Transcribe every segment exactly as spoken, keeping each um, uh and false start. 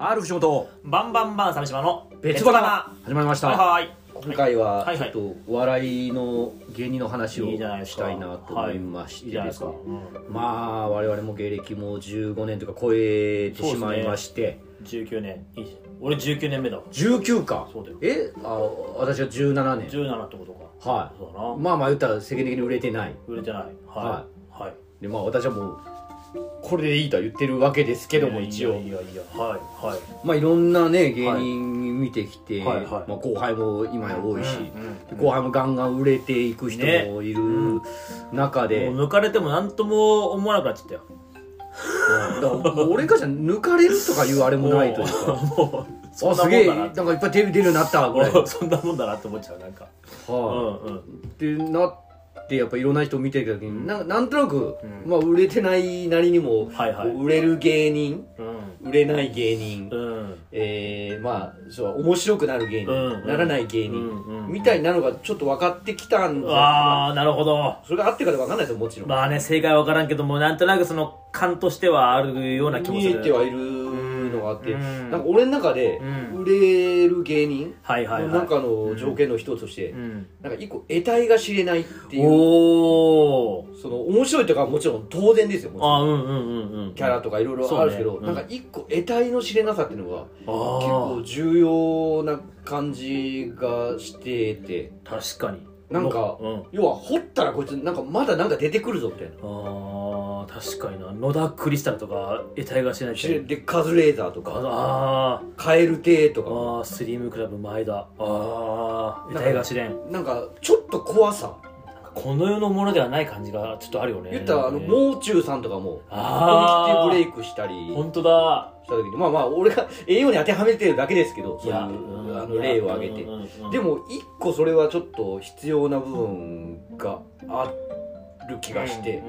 アール 藤本バンバンバン鮫島の別バナ始まりました。 はいはい、 今回ははいはいちょっとお笑いの芸人の話をいいじゃないですかしたいなと思いましていいじゃないでか、 ですすか、うん、 まあ我々も芸歴もじゅうごねんとか超えてしまいまして、 じゅうきゅうねんいい俺じゅうきゅうねんめだわ。 じゅうきゅうか。 そうだよ。 えあ私はじゅうななねん。 じゅうななってことか。 はい。 そうだな。 まあまあ言ったら世間的に売れてない。 売れてない。はいはい。 でまあ私はもうこれでいいとは言ってるわけですけども、一応いやいやはいはい。 まあいろんなね芸人見てきて、 はいはいまあ後輩も今や多いし、 うんうん、 後輩もガンガン売れていく人もいる中で、 ね、もう抜かれても何とも思わなくなっちゃったよ。 だからもう俺からじゃ抜かれるとかいうあれもないというか、もうあすげえなんかいっぱいテレビ出るようになったぐらいそんなもんだなって思っちゃうなんか。 はい、うんうん、ってなってやっぱいろんな人を見てる時に、うん、な, なんとなく、うん、まあ売れてないなりにも、はいはい、売れる芸人、うん、売れない芸人、うん、えー、まあそう面白くなる芸人、うん、ならない芸人、うん、みたいなのがちょっと分かってきたんで、 ああなるほど。 それが合ってるか分かんないですよもちろん。 まあね正解は分からんけどもなんとなくその感としてはあるような気もする。 見えてはいるのがあって、うん、なんか俺の中で売れる芸人の中の条件の一つとして、うん、なんか一個得体が知れないっていう、おその面白いとかもちろん当然ですよもちろん、あ、うんうんうんうん、キャラとかいろいろあるんですけど、ね、うん、なんか一個得体の知れなさっていうのが結構重要な感じがしてて、 確かになんか、うん、要は掘ったらこいつなんかまだなんか出てくるぞみたいな。 あ確かにな。野田クリスタルとか得体がしないしでカズレーザーとかあカエル亭とかあスリムクラブ前田あ得体が知れん。 なんかちょっと怖さこの世のものではない感じがちょっとあるよね。 言ったらあのもう中さんとかもここに来てブレイクしたり本当だした時にまあまあ俺が栄養に当てはめてるだけですけど、そういうあの例を挙げて、でも一個それはちょっと必要な部分がある気がして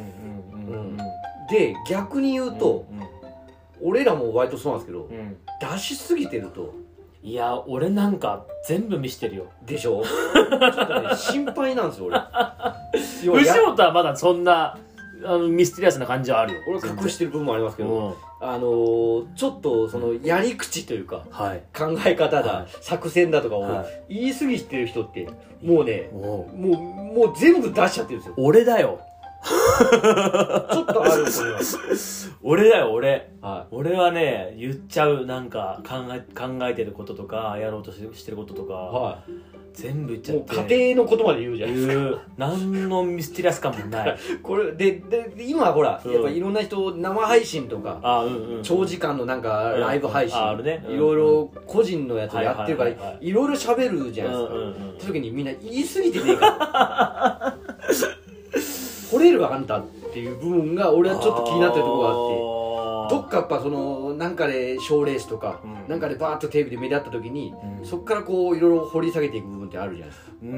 で逆に言うと、うんうん、俺らも割とそうなんですけど、うん、出しすぎてるといや俺なんか全部見してるよでしょちょっとね心配なんですよ俺藤本はまだそんなあのミステリアスな感じはあるよ。 俺隠してる部分もありますけど、うん、あのー、ちょっとそのやり口というか、はい、考え方だ、はい、作戦だとかを言い過ぎてる人ってもうね、もうもう全部出しちゃってるんですよ。 俺だよちょっとあるこれは俺だよ俺、 はい、 俺はね言っちゃう。なんか考え考えてることとかやろうとしてることとか、はい、全部言っちゃって。 もう家庭のことまで言うじゃないですか。 何のミステリアス感もないこれでで今ほら、うん、やっぱいろんな人生配信とか、あ、うんうん、長時間のなんかライブ配信、うん、ね、いろいろ個人のやつをやってるからいろいろ喋るじゃないですか。その時にみんな言い過ぎてねえか惚れるあんたっていう部分が俺はちょっと気になってるところがあって、どっかやっぱそのなんかで賞レースとか、うん、なんかでバーッとテレビで目立った時に、うん、そっからこういろいろ掘り下げていく部分ってあるじゃないですか、うん、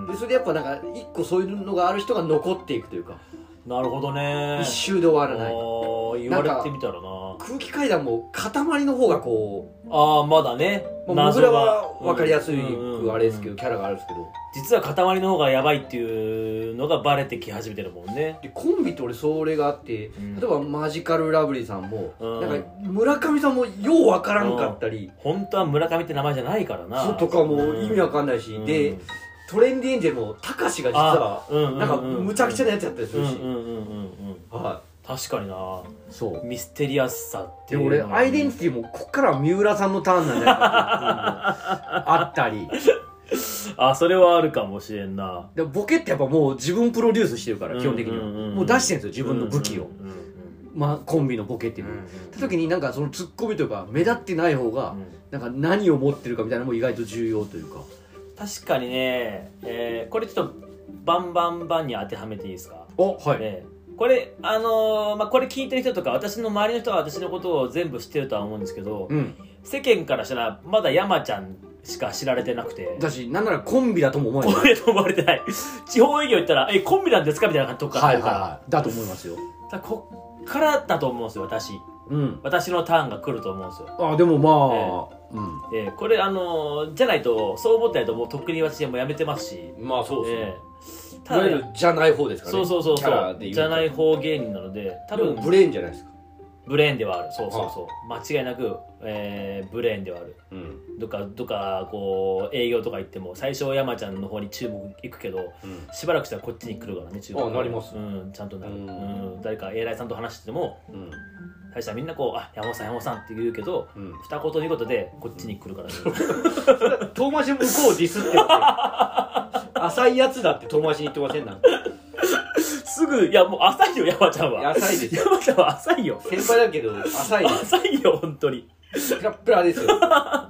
でそれでやっぱなんか一個そういうのがある人が残っていくというか。 なるほどね。 一周で終わらない。 言われてみたらな。 空気階段も塊の方がこう、 ああまだね、 まあ、僕らは分かりやすいくあれですけど、キャラがあるんですけど、 実は塊の方がやばいっていうのがバレてき始めてるもんね。 でコンビって俺それがあって、うん、例えばマジカルラブリーさんも、うん、なんか村上さんもよう分からんかったり、 うん、本当は村上って名前じゃないからな。 そうとかも意味わかんないし、うん、でトレンディエンジェルもたかしが実はなんかむちゃくちゃなやつやったりするし、 確かにな。 そうミステリアスさっていうで俺アイデンティティもこっからは三浦さんのターンなんじゃないかっていうのもあったりあそれはあるかもしれんな。 でボケってやっぱもう自分プロデュースしてるから基本的にはもう出してるんですよ自分の武器を、まあコンビのボケっていうのをた時になんかそのツッコミというか目立ってない方がなんか何を持ってるかみたいなのも意外と重要というか。 確かにね、えー、これちょっとバンバンバンに当てはめていいですか。 おはい、 ね、これあのー、まあこれ聞いてる人とか私の周りの人は私のことを全部知ってるとは思うんですけど、うん、世間からしたらまだ山ちゃんしか知られてなくて、 だしなんならコンビだとも思われない。コンビだと思われてない。地方営業行ったらえコンビなんですかみたいなとこから入るから、はいはいはい、 だと思いますよ。 だこっからだと思うんですよ私、うん、私のターンが来ると思うんですよ。 あでもまあ、 えーうんえー、これあのー、じゃないとそう思ってないともうとっくに私はもうやめてますし。 まあそうですね、えー、ただいわゆるじゃない方ですからね。 そうそうそうそうじゃない方芸人なので多分ブレーンじゃないですか。 ブレーンではある。そうそうそう、間違いなく、えー、ブレーンではある、うん、どっかどっかこう営業とか行っても最初山ちゃんの方に注目行くけど、うん、しばらくしたらこっちに来るからね、注目。 あ、なります、 うん、ちゃんとなる、うん、誰か偉いさんと話してても、うん、最初はみんなこう、あ、山本さん山本さんって言うけど、うん、二言二言でこっちに来るからね、 うん、遠回し向こうをディスってる浅いやつだって遠回しに言ってませんなんかすぐ、いやもう浅いよ山ちゃんは。 浅いですよ。 山ちゃんは浅いよ。 先輩だけど浅いです。 浅いよ本当に。 プラップラですよ。だ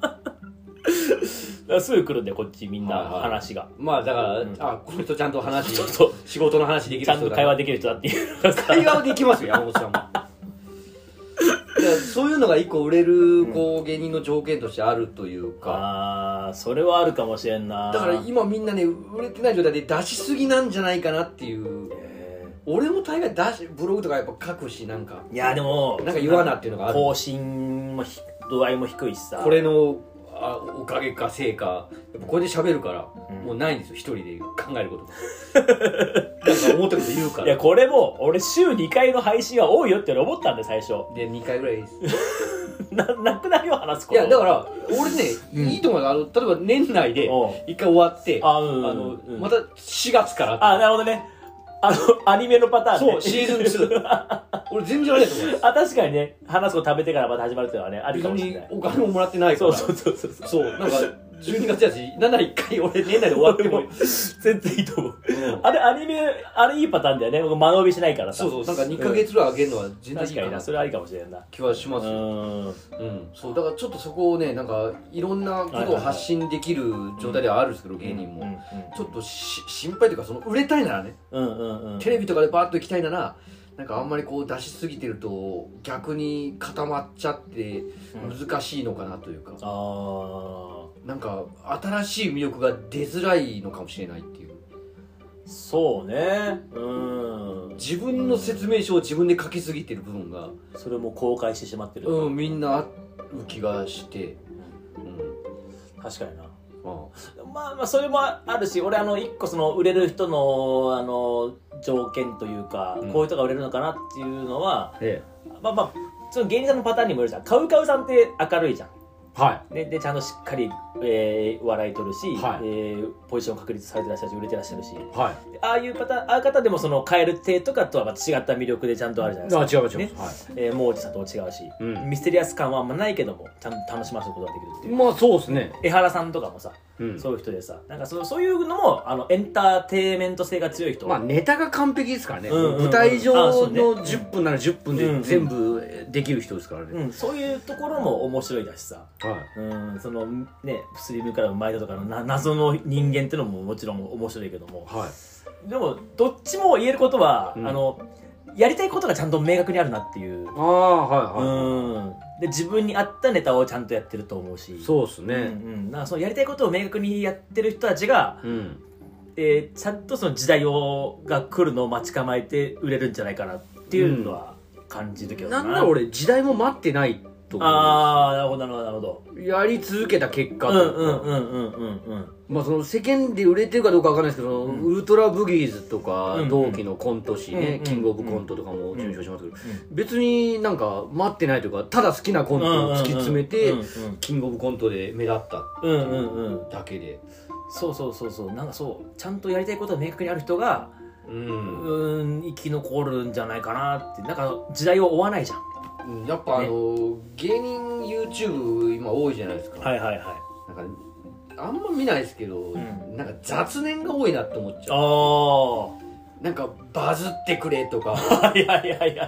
からすぐ来るんだよこっちみんな話が。 まあだから、うん、あ、この人ちゃんと話、そうそう、仕事の話できる人だ、 ちゃんと会話できる人だっていう。 会話はできますよ山本さんも。いや、そういうのが一個売れるこう芸人の条件としてあるというか、 ああ、それはあるかもしれんな。 だから今みんなね、売れてない状態で出しすぎなんじゃないかなっていう。俺も大概出しブログとかやっぱ書くし、なんかいやでもなんか言わなっていうのがある。 更新も度合いも低いしさ、 これのあおかげかせいか、やっぱこれで喋るから、うん、もうないんですよ一人で考えることなんか思ったこと言うから。 いやこれも俺週にかいの配信は多いよって思ったんで最初でにかいぐらいですな, なくなりを話すこと。 いやだから俺ね、うん、いいと思う。あの例えば年内で一回終わって、あ、うん、あの、うん、またしがつから。 あ、なるほどね。あのアニメのパターンね。そう、シーズンツー。俺全然ありだと思います。 あ、確かにね、話すこと食べてからまた始まるっていうのはね、ありかもしれない。 お金ももらってないから。 そうそうそうそう。 そう、なんかじゅうにがつやし、なないっかい俺年内で終わっても全然いいと思う、うん、あれアニメ、あれいいパターンだよね。僕間延びしないからさ。 そうそう、なんかにかげつぐらいあげるのは全然いいかな。 確かにな、それありかもしれんな気はしますよ。うん、うん、そうだからちょっとそこをね、なんかいろんなことを発信できる状態ではあるんですけど、芸人も、うんうんうん、ちょっとし心配というか、その売れたいならね、うんうんうん、テレビとかでバーッと行きたいなら、なんかあんまりこう出しすぎてると逆に固まっちゃって難しいのかなというか、うん、あなんか新しい魅力が出づらいのかもしれないっていう。 そうね、うん、 自分の説明書を自分で書きすぎてる部分が、 それも公開してしまってる、 うん、みんなある気がして、 うん、確かにな。ああ、まあまあそれもあるし、俺あの一個その売れる人のあの条件というか、うん、こういう人が売れるのかなっていうのは、ええ、まあまあその芸人さんのパターンにもよるじゃん。カウカウさんって明るいじゃん。はい。で、でちゃんとしっかり、えー、笑い取るし、はい、えー、ポジション確立されてらっしゃるし、売れてらっしゃるし、はい、ああいうパターン、ああいう方でもその蛙亭とかとはまた違った魅力でちゃんとあるじゃないですか。あ、違う違う、ね、はい、えー、もうおじさんとも違うし、うん、ミステリアス感はあんまないけどもちゃんと楽しませることができるっていう。 まあそうですね。 江原さんとかもさ、うん、そういう人でさ、なんかそそういうのもあのエンターテインメント性が強い人。 まあネタが完璧ですからね。うんうんうん、舞台上のじゅっぷんならじゅっぷんで全部できる人ですからね。 うんうん、そういうところも面白いだしさ。はい。うん、そのね、スリムから生まれたとかのな謎の人間っていうのももちろん面白いけども、はい、でもどっちも言えることは、うん、あのやりたいことがちゃんと明確にあるなっていう。ああ、はいはい、うん、で自分に合ったネタをちゃんとやってると思うし。 そうですね、うんうん、 なんかそのやりたいことを明確にやってる人たちが、うん、えー、ちゃんとその時代をが来るのを待ち構えて売れるんじゃないかなっていうのは感じるけどな、 うん、なんなら俺時代も待ってないと思う。 ああ、なるほどなるほどなるほど。 やり続けた結果とか、うんうんうんうんうんうん。まあその世間で売れてるかどうかわかんないですけど、うん、ウルトラブギーズとか、うんうん、同期のコント師ね、うんうん、キングオブコントとかも受賞しますけど、うんうん、別になんか待ってないというか、ただ好きなコントを突き詰めて、キングオブコントで目立ったっていうだけで、うんうんうん、 そうそうそうそう、なんかそうちゃんとやりたいことが明確にある人が、うん、うん生き残るんじゃないかなって。なんか時代を追わないじゃん。 やっぱあの、ね、芸人 YouTube 今多いじゃないですか。はいはいはい。なんかあんま見ないですけど、うん、なんか雑念が多いなって思っちゃう。ああ。なんかバズってくれとか。はいはいはいはいはいはい。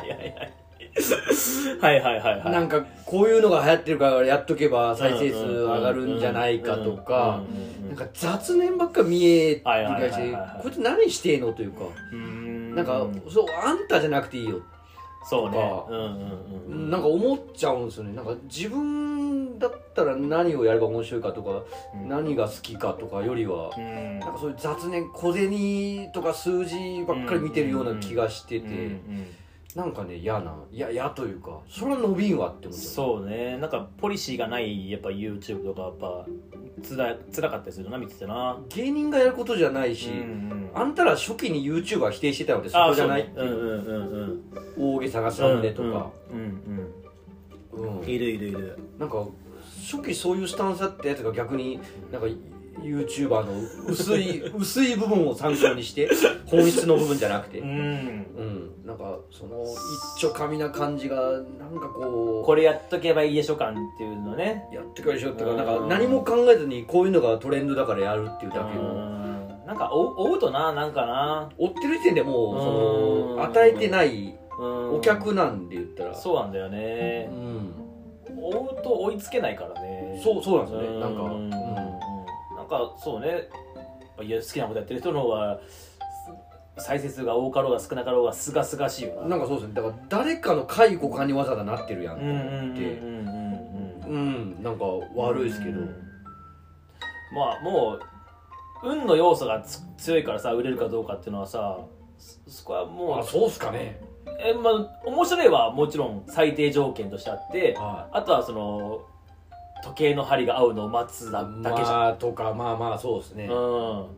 はいはいはいはい。なんかこういうのが流行ってるからやっとけば再生数上がるんじゃないかとか、なんか雑念ばっか見える気がして、こいつ何してんのというか、うんなんかそうあんたじゃなくていいよ。そうね、うんうんうん、なんか思っちゃうんですよね。なんか自分だったら何をやれば面白いかとか、うん、何が好きかとかよりは、うん、なんかそういう雑念小銭とか数字ばっかり見てるような気がしてて、うんうんうん、なんかね嫌ないや嫌というか、それは伸びんわって思っちゃう。 そうね、なんかポリシーがないやっぱ YouTube とかやっぱつらつらかったりするな、見ててな。 芸人がやることじゃないし、うんうん、あんたら初期に YouTuber 否定してたのでそこじゃないっていう、うんうんうんうん、大げさがサムネとか、うんうんうん、 うん、いるいるいる。 なんか初期そういうスタンスだったやつが逆になんか YouTuber の薄い薄い部分を参考にして本質の部分じゃなくて、うん、うん、なんかその一丁紙な感じがなんかこうこれやっとけばいいでしょ感っていうのね、 やっとけばいいでしょっていうか、なんか何も考えずにこういうのがトレンドだからやるっていうだけの、 なんか追うとな、なんかな追ってる時点でもうその与えてないお客なんで言ったらそうなんだよね、うん、追うと追いつけないからね。 そうそうなんですよね。なんか、うん、 なんかそうね、いや好きなことやってる人の方が再生数が多かろうが少なかろうがすがすがしいよな。 なんかそうですね。だから誰かの介護官にわざわざなってるやんってうん、なんか悪いですけど、 まあもう運の要素がつ強いからさ、売れるかどうかっていうのはさ、そこはもう、 あ、そうっすかね。 え、まあ面白いはもちろん最低条件としてあって、はい、あとはその時計の針が合うのを待つだけじゃん、 まあ、とかまあまあそうですね、うんうん、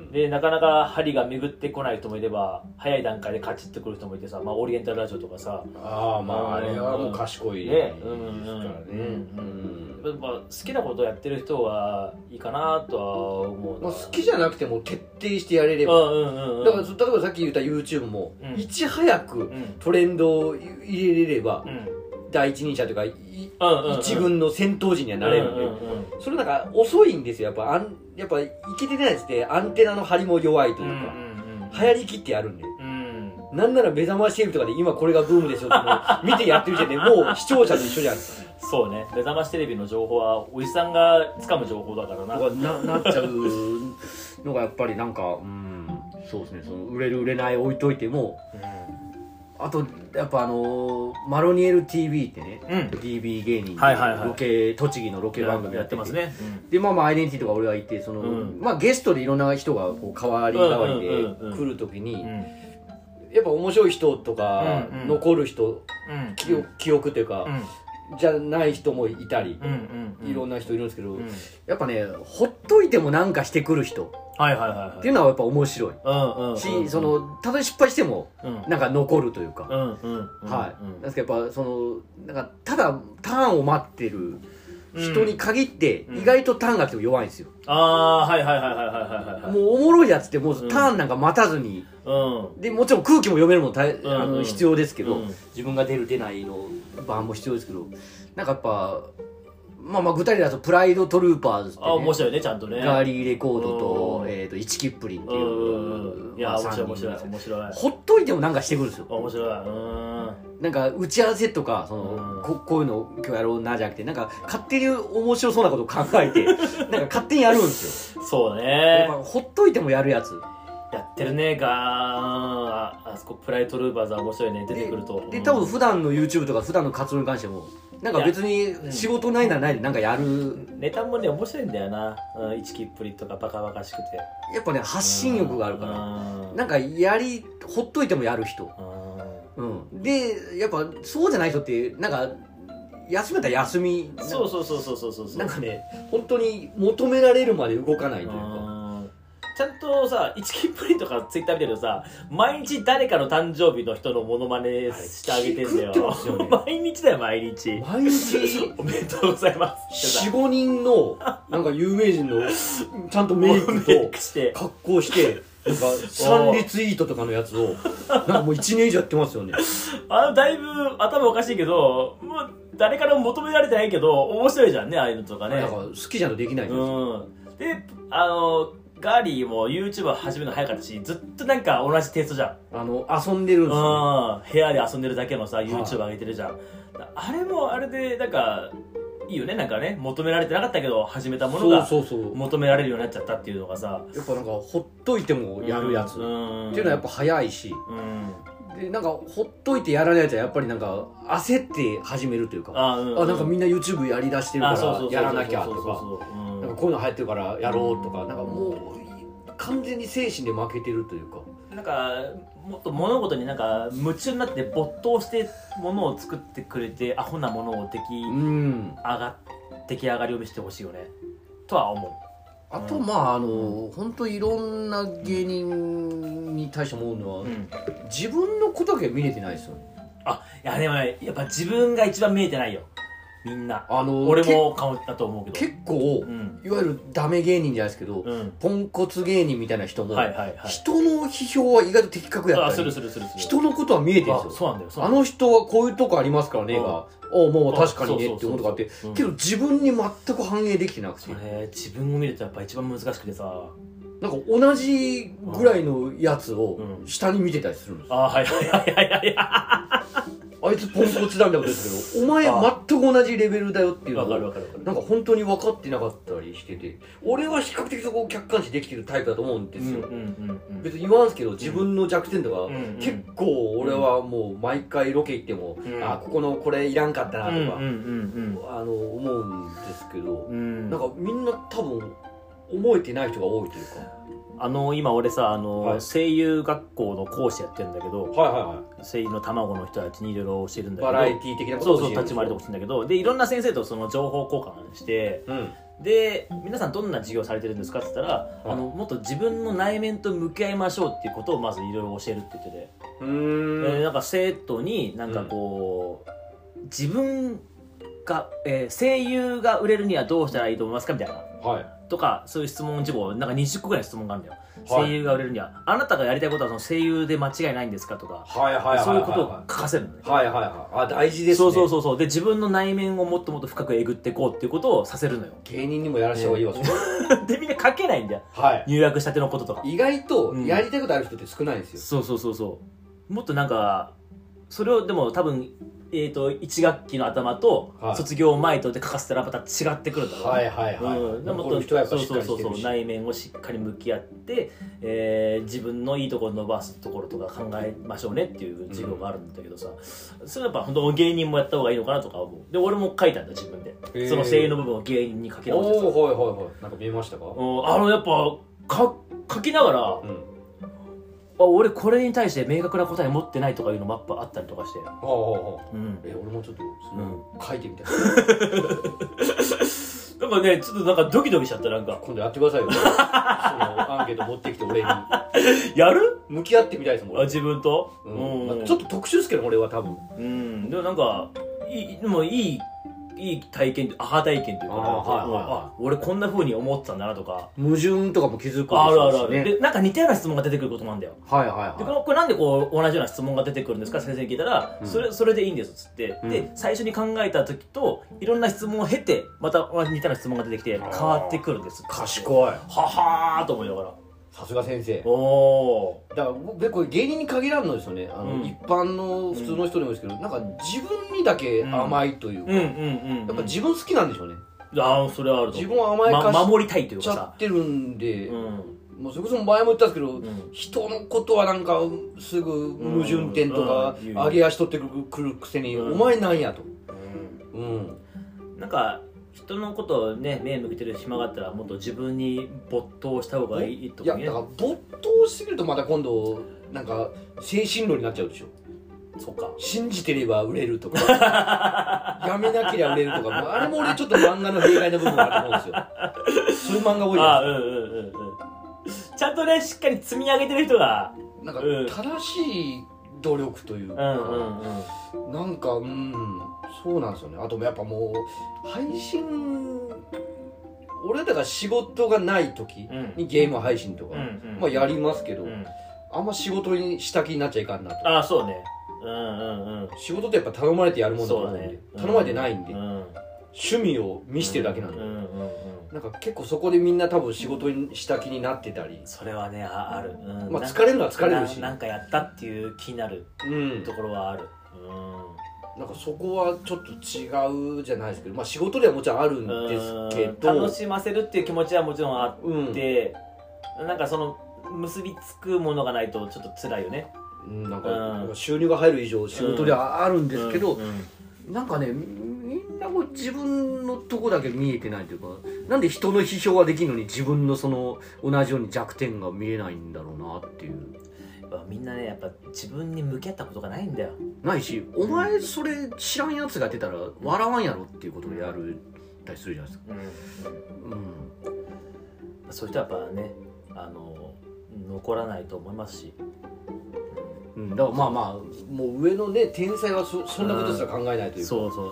でなかなか針が巡ってこない人もいれば早い段階でカチッとくる人もいてさ、まあ、オリエンタルラジオとかさ、 ああまああれはもう賢いですからね、 まあ、好きなことをやってる人はいいかなとは思うな。 まあ、好きじゃなくても徹底してやれれば、うんうんうん、だから例えばさっき言った YouTube も、うん、いち早くトレンドを入れれれば、うん第一人者というか、うんうんうん、一軍の戦闘時にはなれるんで、うんうんうん、それなんか遅いんですよ。やっぱあんやっぱいけてないやつってアンテナの張りも弱いというか、うんうんうん、流行りきってやるんで、うん、なんなら目覚ましテレビとかで今これがブームですよってもう見てやってる時点でもう視聴者と一緒じゃないですか。 そうね、目覚ましテレビの情報はおじさんが掴む情報だからな。 とか な, なっちゃうのがやっぱりなんか、うん、そうですね。その売れる売れない置いといても。うんあとやっぱあのー、マロニエル ティーブイ ってね、うん、ティービー 芸人で、はいはいはい、ロケ栃木のロケ番組やってて、やってますね、うん、でまあまあアイデンティティとか俺がいてその、うん、まあゲストでいろんな人がこう代わり代わりで来るときに、うんうんうん、やっぱ面白い人とか、うんうん、残る人、うん、記憶、記憶というか、うん、じゃない人もいたり、うんうんうん、いろんな人いるんですけど、うん、やっぱねほっといてもなんかしてくる人はいはいはいはい、っていうのはやっぱ面白い、うんうんうん、し、そのたとえ失敗してもなんか残るというか、うんうんうん、はい。ですけどやっぱそのなんかただターンを待ってる人に限って意外とターンが来ても弱いんですよ。 うん、ああはいはいはいはいはいはい。 もうおもろいやつってもうターンなんか待たずに、うん、でもちろん空気も読めるもんた、うん、あの必要ですけど、うん、自分が出る出ないの番も必要ですけど、なんかやっぱ。まあまあ具体的だとプライドトルーパーズって、ね、 あ面白いねちゃんとねガーリーレコードと、えー、とイチキップリンっていう、 うん、いや、まあ、面白い面白い面白い。 ほっといてもなんかしてくるんですよ。 面白い。うんなんか打ち合わせとかその、うん、こ, こういうの今日やろうなじゃなくてなんか勝手に面白そうなことを考えてなんか勝手にやるんですよ。 そうね、 まあ、ほっといてもやるやつやってるねがああそこプライドトルーパーズは面白いね出てくると。 で、うん、多分普段の YouTube とか普段の活動に関してもなんか別に仕事ないならないでなんかやる、うん、 ネタもね面白いんだよな、うん、一気っぷりとかバカバカしくてやっぱね発信欲があるから、うん、なんかやりほっといてもやる人、うんうん、でやっぱそうじゃない人ってなんか休めたら休みそうそうそうそうそうそうなんかね本当に求められるまで動かないというかちゃんとさ、一気っぷりとかツイッター見てるとさ、毎日誰かの誕生日の人のモノマネしてあげてんだよ。よね、毎日だよ、毎日。 毎日おめでとうございます。 よん、ごにんの、なんか有名人の、ちゃんとメイクと格好して、なんかさんリツイートとかのやつを、なんかもういちねん以上やってますよね。 あの、だいぶ頭おかしいけど、もう誰からも求められてないけど、面白いじゃんね、ああいうのとかね。 なんか好きじゃんとできないんですよ。 うん。で、あの、ガーリーも YouTube 始めるの早かったしずっとなんか同じテイストじゃん。 あの遊んでるんですよ、 うん、部屋で遊んでるだけのさ YouTube 上げてるじゃん、はい、あれもあれでなんかいいよね。なんかね求められてなかったけど始めたものが求められるようになっちゃったっていうのがさやっぱなんかほっといてもやるやつっていうのはやっぱ早いし、うん、でなんかほっといてやらないやつはやっぱりなんか焦って始めるというかあ、うんうん、あなんかみんな YouTube やりだしてるからやらなきゃとかなんかこういうの流行ってるからやろうとか、うん、なんかもう完全に精神で負けてるというかなんかもっと物事になんか夢中になって没頭してものを作ってくれてアホなものを出来上が、うん、出来上がりを見せてほしいよねとは思う。 あとまああの、うん、本当いろんな芸人に対して思うのは、うん、自分のことだけ見れてないですよね。 あいやでもねやっぱ自分が一番見えてないよ。 みんな、あのー、俺もかもだと思うけど結構、うん、いわゆるダメ芸人じゃないですけど、うん、ポンコツ芸人みたいな人も、はいはいはい、人の批評は意外と的確やったり、するするするする、人のことは見えてるんですよ。 そうなんだよ。 あの人はこういうとこありますからねが、おもう確かにねって思うとかあって、けど自分に全く反映できてなくて、 それ自分を見るとやっぱ一番難しくてさ、 なんか同じぐらいのやつを下に見てたりするんですよ。 あ、はいはいはいはいはいあいつポンコツだみたいなことですけど、お前全く同じレベルだよっていうのをなんか本当に分かってなかったりしてて、俺は比較的そこを客観視できてるタイプだと思うんですよ。別に言わんすけど自分の弱点とか結構俺はもう毎回ロケ行っても、あ、ここのこれいらんかったなとかあの思うんですけど、なんかみんな多分覚えてない人が多いというか。 あの今俺さあの、はい、声優学校の講師やってるんだけど、はいはいはい、声優の卵の人たちにいろいろ教えるんだけど、 バラエティー的なことを教える、そうそう立ち回りとかしてるんだけど、でいろんな先生とその情報交換して、うん、で皆さんどんな授業されてるんですかって言ったら、はい、あのもっと自分の内面と向き合いましょうっていうことをまずいろいろ教えるって言ってて、うーん、えー、なんか生徒になんかこう、うん、自分が、えー、声優が売れるにはどうしたらいいと思いますかみたいな、はい、とかそういう質問事項なんかにじゅっこぐらい質問があるんだよ。はい、声優が売れるにはあなたがやりたいことはその声優で間違いないんですかとか、はいはいはいはい、そういうことを書かせるのね。 はいはいはい。あ、大事ですね。 そうそうそうそう。で自分の内面をもっともっと深くえぐっていこうっていうことをさせるのよ。 芸人にもやらした方がいいわ。それでみんな書けないんだよ。はい。入学したてのこととか。 意外とやりたいことある人って少ないんですよ。 うん、そうそうそうそう。もっとなんかそれをでも多分。えー、といち学期の頭と卒業前とで書かせたらまた違ってくるんだろうね。はいはいはい。うん、でもっとそうそうそうそう内面をしっかり向き合って、えー、自分のいいところ伸ばすところとか考えましょうねっていう授業があるんだけどさ、うん、それやっぱ本当芸人もやった方がいいのかなとか思う。で俺も書いたんだ自分で、えー、その声優の部分を芸人に書き直してさ。 おはいはいはい。なんか見えましたか？ あのやっぱか書きながら。うんあ俺これに対して明確な答え持ってないとかいうのもやっぱあったりとかして、ああああ、 うん、え俺もちょっとその、うん、書いてみたいなんかねちょっとなんかドキドキしちゃった。なんか今度やってくださいよそのアンケート持ってきて俺にやる向き合ってみたいですもん。 あ自分と、 うんうんまあ、ちょっと特殊ですけど俺は多分うんでもなんかいいでもいいいい体験アハ体験というか、あ、はいはいはい、俺こんな風に思ってたんだなとか矛盾とかも気づくんですよ、 ね、あるあるあるでなんか似たような質問が出てくることなんだよ。 はいはいはい。 でこのこれなんでこう同じような質問が出てくるんですか先生に聞いたら、うん、それそれでいいんですっつって、うん、で最初に考えた時といろんな質問を経てまた似たような質問が出てきて変わってくるんです。 賢い。ははーと思いながら。 さすが先生。おお。だから僕これ芸人に限らんのですよね。あの、うん、一般の普通の人でもですけど、うん、なんか自分にだけ甘いというか、やっぱ自分好きなんでしょうね。 ああそれはあると。 自分を甘やかし、 ま、守りたいというかさ。 ちゃってるんで、うん、もうそれこそ前も言ったんですけど、うん、人のことはなんかすぐ矛盾点とか、うんうん、上げ足取ってくるくせに、うん、お前なんやと。うん。うん、 なんか。人のことをね目向けてる暇があったらもっと自分に没頭した方がいいとかね。 いやだから没頭しすぎるとまた今度なんか精神論になっちゃうでしょ。 そっか信じてれば売れるとかやめなければ売れるとかあれも俺ちょっと漫画の弊害の部分があると思うんですよ。そういう漫画多いじゃないですか。うんうんうんうん、 ちゃんとねしっかり積み上げてる人がなんか正しい努力というか、うんうんうん、なんかうんそうなんですよね。あとやっぱもう配信俺だから仕事がない時にゲーム配信とか、うん、まあやりますけど、うん、あんま仕事にした気になっちゃいかんなと。 ああそうね、うんうんうん、 仕事ってやっぱ頼まれてやるもんだと思うんで、ね、頼まれてないんで、うん、趣味を見せてるだけなんで、うんうんうんうん、なんか結構そこでみんな多分仕事にした気になってたり。 それはね あ, ある、うん、 まあ疲れるのは疲れるしな, なんかやったっていう気になるところはある、 うん、なんかそこはちょっと違うじゃないですけど、まあ仕事ではもちろんあるんですけど楽しませるっていう気持ちはもちろんあって、うん、なんかその結びつくものがないとちょっと辛いよね。 なんか収入が入る以上仕事ではあるんですけど、うんうんうん、なんかねみんなも自分のとこだけ見えてないというか、なんで人の批評はできるのに自分のその同じように弱点が見えないんだろうなっていう。 みんなねやっぱ自分に向き合ったことがないんだよ。 ないし、お前それ知らんやつが出たら笑わんやろっていうことでやるたりするじゃないですか、うんうん、 そういう人はやっぱねあの残らないと思いますし、 うん、だからまあまあもう上のね天才は そ, そんなことすら考えないというか、うん、 そうそう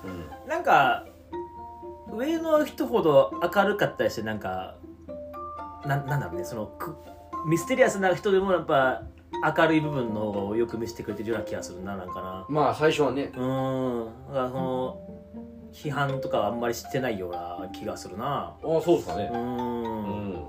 うん、なんか上の人ほど明るかったりしてなんか な, なんだろうねそのミステリアスな人でもやっぱ明るい部分の方をよく見せてくれてるような気がするななんかな。 まあ最初はねうんだからその批判とかはあんまりしてないような気がするな。 ああそうですかね。 うんうん、 うん、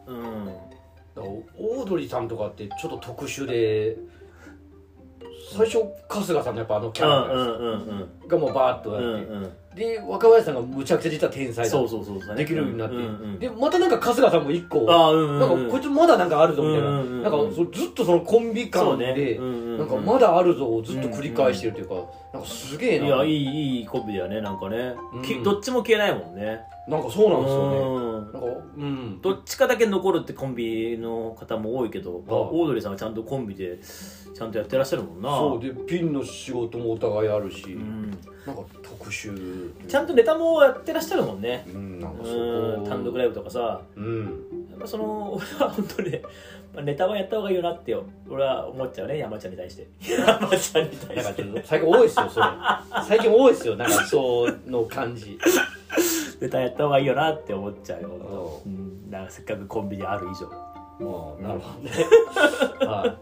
オードリーさんとかってちょっと特殊で最初春日さんのやっぱあのキャラがもうバーッとやって、うんうん、で若林さんがむちゃくちゃ実は天才だできるようになって、うんうん、でまたなんか春日さんも一個、うんうん、なんかこいつまだなんかあるぞみたいな、うんうん、なんかそずっとそのコンビ感で、ねうんうん、なんかまだあるぞをずっと繰り返してるというか、うんうん、なんかすげえな。 いやいいいいコンビだよねなんかね、うん、どっちも消えないもんね。 なんかそうなんですよね。なんか、 うん、どっちかだけ残るってコンビの方も多いけど、ああオードリーさんはちゃんとコンビでちゃんとやってらっしゃるもんな。 そうでピンの仕事もお互いあるし、うん、なんか特殊ちゃんとネタもやってらっしゃるもんね、 うん、なんかそう単独ライブとかさ、うん、やっぱその俺は本当にねネタはやった方がいいよなって俺は思っちゃうね山ちゃんに対して山ちゃんに対してなんか最近多いですよそれ最近多いですよなんかその感じネタやった方がいいよなって思っちゃうよ、うん、なんかせっかくコンビである以上もうなるほどねはい、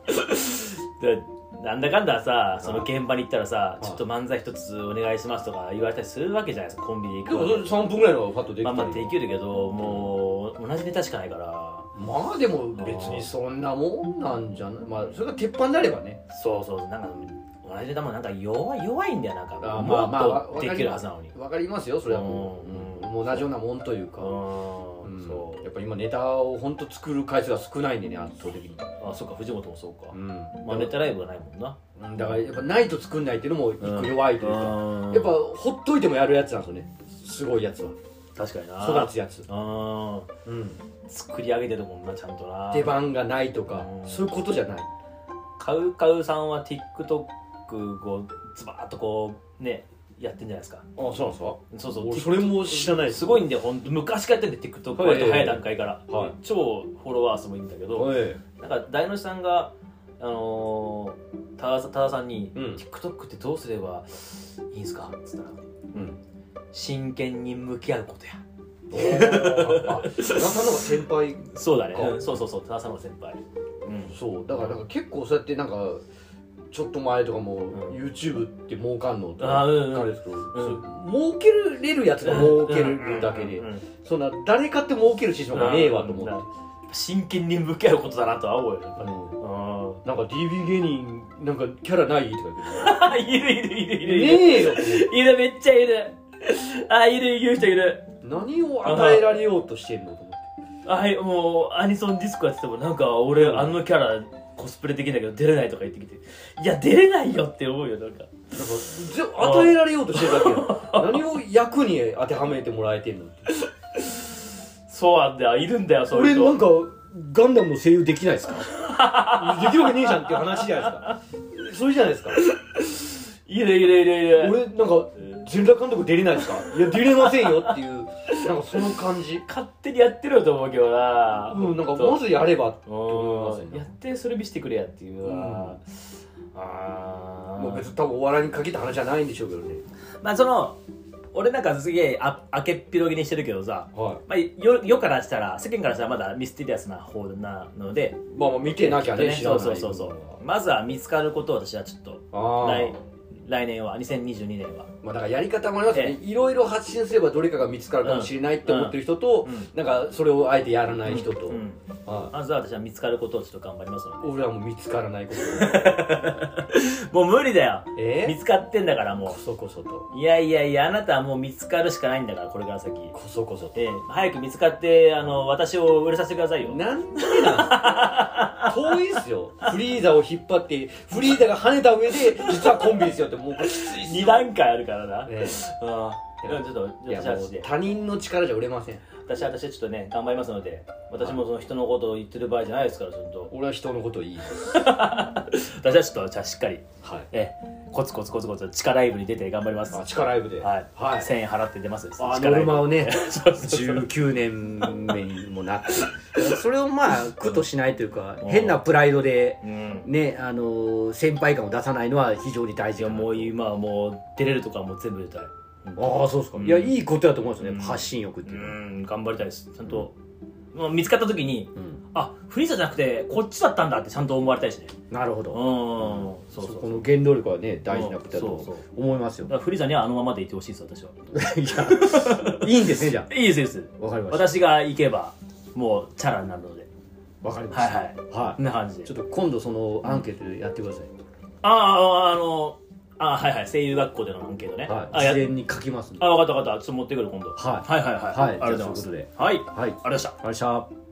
でなんだかんださその現場に行ったらさちょっと漫才一つお願いしますとか言われたりするわけじゃないですかコンビで行くわけ。 でもさんぷんぐらいのパッとできる、 まあまあできるけどもう同じネタしかないからまあでも別にそんなもんなんじゃない。まあそれが鉄板であればね。 そうそうなんか同じネタもなんか弱い弱いんだよなんかあもっとできるはずなのに。 わかりますよそれはもう、うん、もう同じようなもんというか、うん、そうやっぱ今ネタを本当作る回数が少ないんでね圧倒的に。 あそうか藤本もそうか、うんまあ、ネタライブがないもんな、 うん、だからやっぱないと作んないっていうのも一個弱いというか、うん、やっぱほっといてもやるやつなんですよねすごいやつは。 確かにな育つやつあ、 うん、作り上げてるもんなちゃんとな。 出番がないとか、うん、そういうことじゃない。 カウカウさんは TikTok をズバーッとこうねやってんじゃないですか。 ああそうなんですか。 そうそうそれも知らないです。 すごいんで本当昔からやってんで TikTok 割と早い段階から、はい、超フォロワー数もいいんだけど、はい、なんか大の字さんがあのー、多田、多田さんに、うん、TikTok ってどうすればいいんすかっつったら、うん、真剣に向き合うことや。 あ、多田さんの方が先輩。 そうだね、うん、そうそうそう多田さんの方が先輩、 うん、そうだからなんか結構そうやってなんかちょっと前とかも、うん、YouTube って儲かんのとかあれですけど、うん、儲けれるやつが儲けるだけで、うんうんうん、そんな誰かって儲けるシステムがねえわと思って、うん、 真剣に向き合うことだなとは思うよねやっぱり、うんうん、なんか ディービー 芸人なんかキャラないとか言っているいるいるいるいるねえよいるめっちゃいるあいる言う人いる。 何を与えられようとしてんのと思ってはい、もうアニソンディスコやっててもなんか俺、うん、あのキャラコスプレできんだけど出れないとか言ってきていや出れないよって思うよなんかなんか与えられようとしてるだけや何を役に当てはめてもらえてんのってそうなんだよいるんだよそういう人。 俺なんかガンダムの声優できないですかできるわけねえじゃんっていう話じゃないですかそれじゃないですかいるいるいるいる俺なんか全裸監督出れないですかいや出れませんよっていうなんかその感じ勝手にやってると思うけどなうんなんかまずやればって思いますねやってそれ見せてくれやっていうわ、うん、あもう別に多分お笑いに限った話じゃないんでしょうけどね。 まあその俺なんかすげえあ明けっぴろげにしてるけどさ、はいまあ、よ世からしたら世間からしたらまだミステリアスな方なのでまあまあ見てなきゃねねそうそうそうそうまずは見つかることを私はちょっと来来年はにせんにじゅうにねんはまあだからやり方もありますよね、ええ、いろいろ発信すればどれかが見つかるかもしれないって思ってる人と、うんうん、なんかそれをあえてやらない人と、うんうんはい、まずは私は見つかることをちょっと頑張りますので俺はもう見つからないこともう無理だよ、 えー、 見つかってんだからもうこそこそといやいやいやあなたはもう見つかるしかないんだからこれから先こそこそと、 えー、早く見つかってあの私を売れさせてくださいよ。 なんでなん遠いっすよフリーザを引っ張ってフリーザが跳ねた上で実はコンビですよってもうこれきついっすよに段階あるからな、 ね、 あちょっと私は他人の力じゃ売れません。 私は私はちょっとね頑張りますので私もその人のことを言ってる場合じゃないですからちょっと俺は人のことをいい私はちょっとじゃあしっかり、はい、えコツコツコツコツ地下ライブに出て頑張ります。 あ地下ライブで、 はいはい、せんえん払って出ますあノルマをねじゅうきゅうねんめにもなってそれをまあ苦としないというか変なプライドで、うん、ねあの先輩感を出さないのは非常に大事かな。 もう今はもう出れるとかもう全部出たいああそうですか、いやいいことだと思うんですよね、発信欲っていうのは。 うん頑張りたいです。ちゃんと見つかった時に、あフリーザじゃなくてこっちだったんだってちゃんと思われたいしね。 なるほど。 うんそうそう、 この原動力はね大事なことだと思いますよ。 だからフリーザにはあのままでいてほしいです私は。 いやいいんですねじゃあ。 いいですいいです。わかりました。私が行けばもうチャラになるので。 わかりました。はいはいはい。な感じで。 ちょっと今度そのアンケートでやってください。 あああのあはいはい声優学校でのアンケートね。 はい。事前に書きますんで。 あ分かった分かった。ちょっと持ってくる今度。はいはいはいはい。 はい。ありがとうございます。 はい。ありがとうございました。 ありがとうございました。